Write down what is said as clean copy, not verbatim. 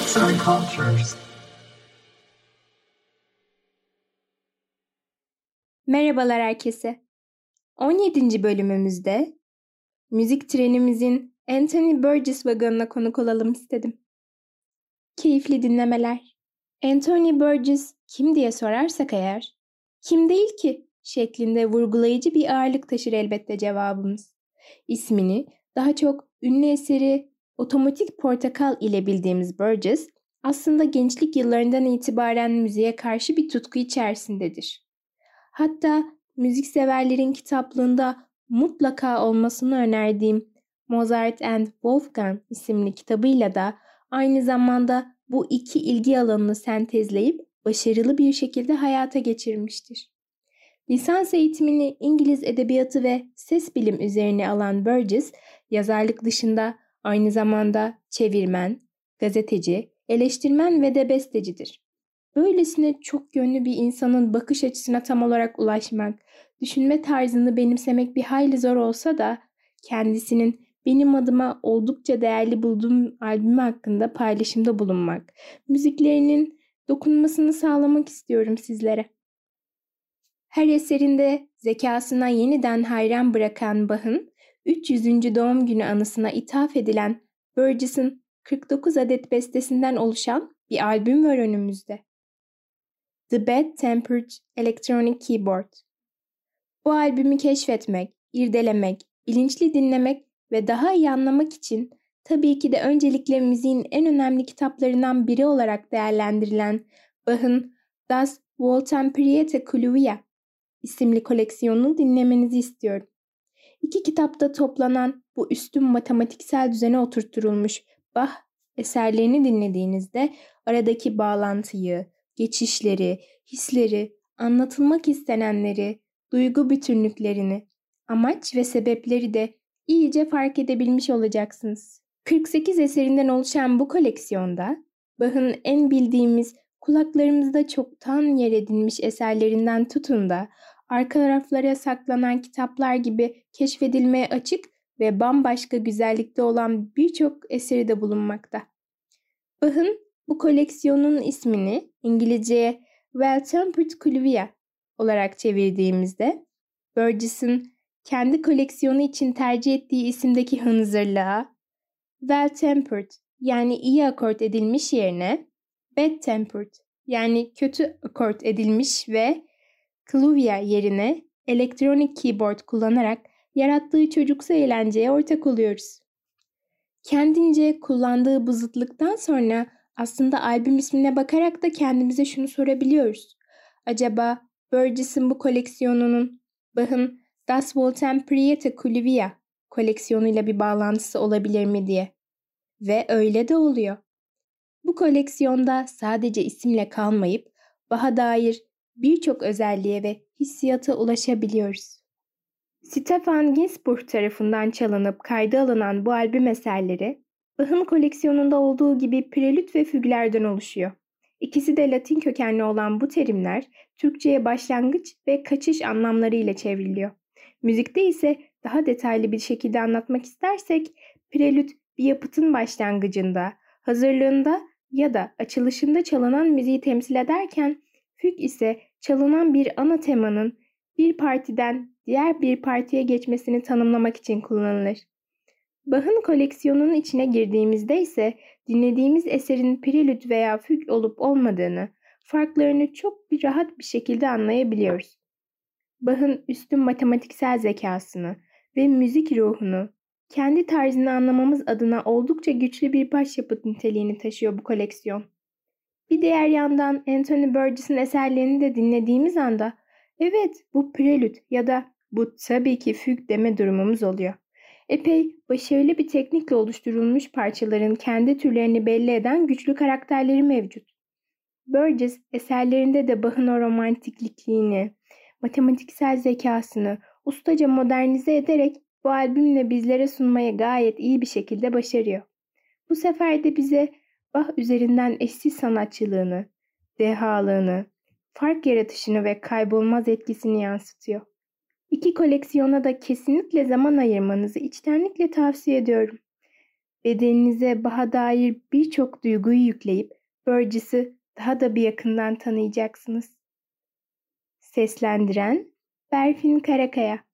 Arts and Cultures. Merhabalar herkese. 17. bölümümüzde müzik trenimizin Anthony Burgess vagonuna konuk olalım istedim. Keyifli dinlemeler. Anthony Burgess kim diye sorarsak eğer, kim değil ki şeklinde vurgulayıcı bir ağırlık taşır elbette cevabımız. İsmini daha çok ünlü eseri Otomatik Portakal ile bildiğimiz Burgess, aslında gençlik yıllarından itibaren müziğe karşı bir tutku içerisindedir. Hatta müzikseverlerin kitaplığında mutlaka olmasını önerdiğim Mozart and Wolfgang isimli kitabıyla da aynı zamanda bu iki ilgi alanını sentezleyip başarılı bir şekilde hayata geçirmiştir. Lisans eğitimini İngiliz edebiyatı ve ses bilim üzerine alan Burgess, yazarlık dışında aynı zamanda çevirmen, gazeteci, eleştirmen ve de bestecidir. Böylesine çok yönlü bir insanın bakış açısına tam olarak ulaşmak, düşünme tarzını benimsemek bir hayli zor olsa da kendisinin benim adıma oldukça değerli bulduğum albümü hakkında paylaşımda bulunmak, müziklerinin dokunmasını sağlamak istiyorum sizlere. Her eserinde zekasına yeniden hayran bırakan Bach'ın 300. doğum günü anısına ithaf edilen Burgess'ın 49 adet bestesinden oluşan bir albüm var önümüzde. The Bad Tempered Electronic Keyboard. Bu albümü keşfetmek, irdelemek, bilinçli dinlemek ve daha iyi anlamak için tabii ki de öncelikle müziğin en önemli kitaplarından biri olarak değerlendirilen Bach'ın Das Wohltemperierte Klavier isimli koleksiyonunu dinlemenizi istiyorum. İki kitapta toplanan bu üstün matematiksel düzene oturtulmuş Bach eserlerini dinlediğinizde aradaki bağlantıyı, geçişleri, hisleri, anlatılmak istenenleri, duygu bütünlüklerini, amaç ve sebepleri de iyice fark edebilmiş olacaksınız. 48 eserinden oluşan bu koleksiyonda Bach'ın en bildiğimiz, kulaklarımızda çoktan yer edinmiş eserlerinden tutun da arka raflara saklanan kitaplar gibi keşfedilmeye açık ve bambaşka güzellikte olan birçok eseri de bulunmakta. Bach'ın bu koleksiyonun ismini İngilizceye Well-Tempered Clavier olarak çevirdiğimizde Burgess'ın kendi koleksiyonu için tercih ettiği isimdeki hınzırlığa well-tempered yani iyi akort edilmiş yerine bad-tempered yani kötü akort edilmiş ve clavier yerine elektronik keyboard kullanarak yarattığı çocuksu eğlenceye ortak oluyoruz. Kendince kullandığı bu zıtlıktan sonra aslında albüm ismine bakarak da kendimize şunu sorabiliyoruz. Acaba Burgess'ın bu koleksiyonunun Bach'ın Das Wohltemperierte Klavier koleksiyonuyla bir bağlantısı olabilir mi diye. Ve öyle de oluyor. Bu koleksiyonda sadece isimle kalmayıp Bach'a dair birçok özelliğe ve hissiyata ulaşabiliyoruz. Stefan Ginsburg tarafından çalınıp kayda alınan bu albüm eserleri, Bach'ın koleksiyonunda olduğu gibi prelüt ve füglerden oluşuyor. İkisi de Latin kökenli olan bu terimler, Türkçe'ye başlangıç ve kaçış anlamlarıyla çevriliyor. Müzikte ise daha detaylı bir şekilde anlatmak istersek, prelüt bir yapıtın başlangıcında, hazırlığında ya da açılışında çalınan müziği temsil ederken, füg ise çalınan bir ana temanın bir partiden diğer bir partiye geçmesini tanımlamak için kullanılır. Bach'ın koleksiyonunun içine girdiğimizde ise dinlediğimiz eserin prelüt veya füg olup olmadığını, farklarını çok rahat bir şekilde anlayabiliyoruz. Bach'ın üstün matematiksel zekasını ve müzik ruhunu kendi tarzını anlamamız adına oldukça güçlü bir başyapıt niteliğini taşıyor bu koleksiyon. Bir diğer yandan Anthony Burgess'ın eserlerini de dinlediğimiz anda evet bu prelüt ya da bu tabii ki füg deme durumumuz oluyor. Epey başarılı bir teknikle oluşturulmuş parçaların kendi türlerini belli eden güçlü karakterleri mevcut. Burgess eserlerinde de Bach'ın o romantikliğini, matematiksel zekasını ustaca modernize ederek bu albümle bizlere sunmaya gayet iyi bir şekilde başarıyor. Bu sefer de bize Bach üzerinden eşsiz sanatçılığını, dehalığını, fark yaratışını ve kaybolmaz etkisini yansıtıyor. İki koleksiyona da kesinlikle zaman ayırmanızı içtenlikle tavsiye ediyorum. bedeninize baha dair birçok duyguyu yükleyip Burgess'ı daha da bir yakından tanıyacaksınız. Seslendiren Berfin Karakaya.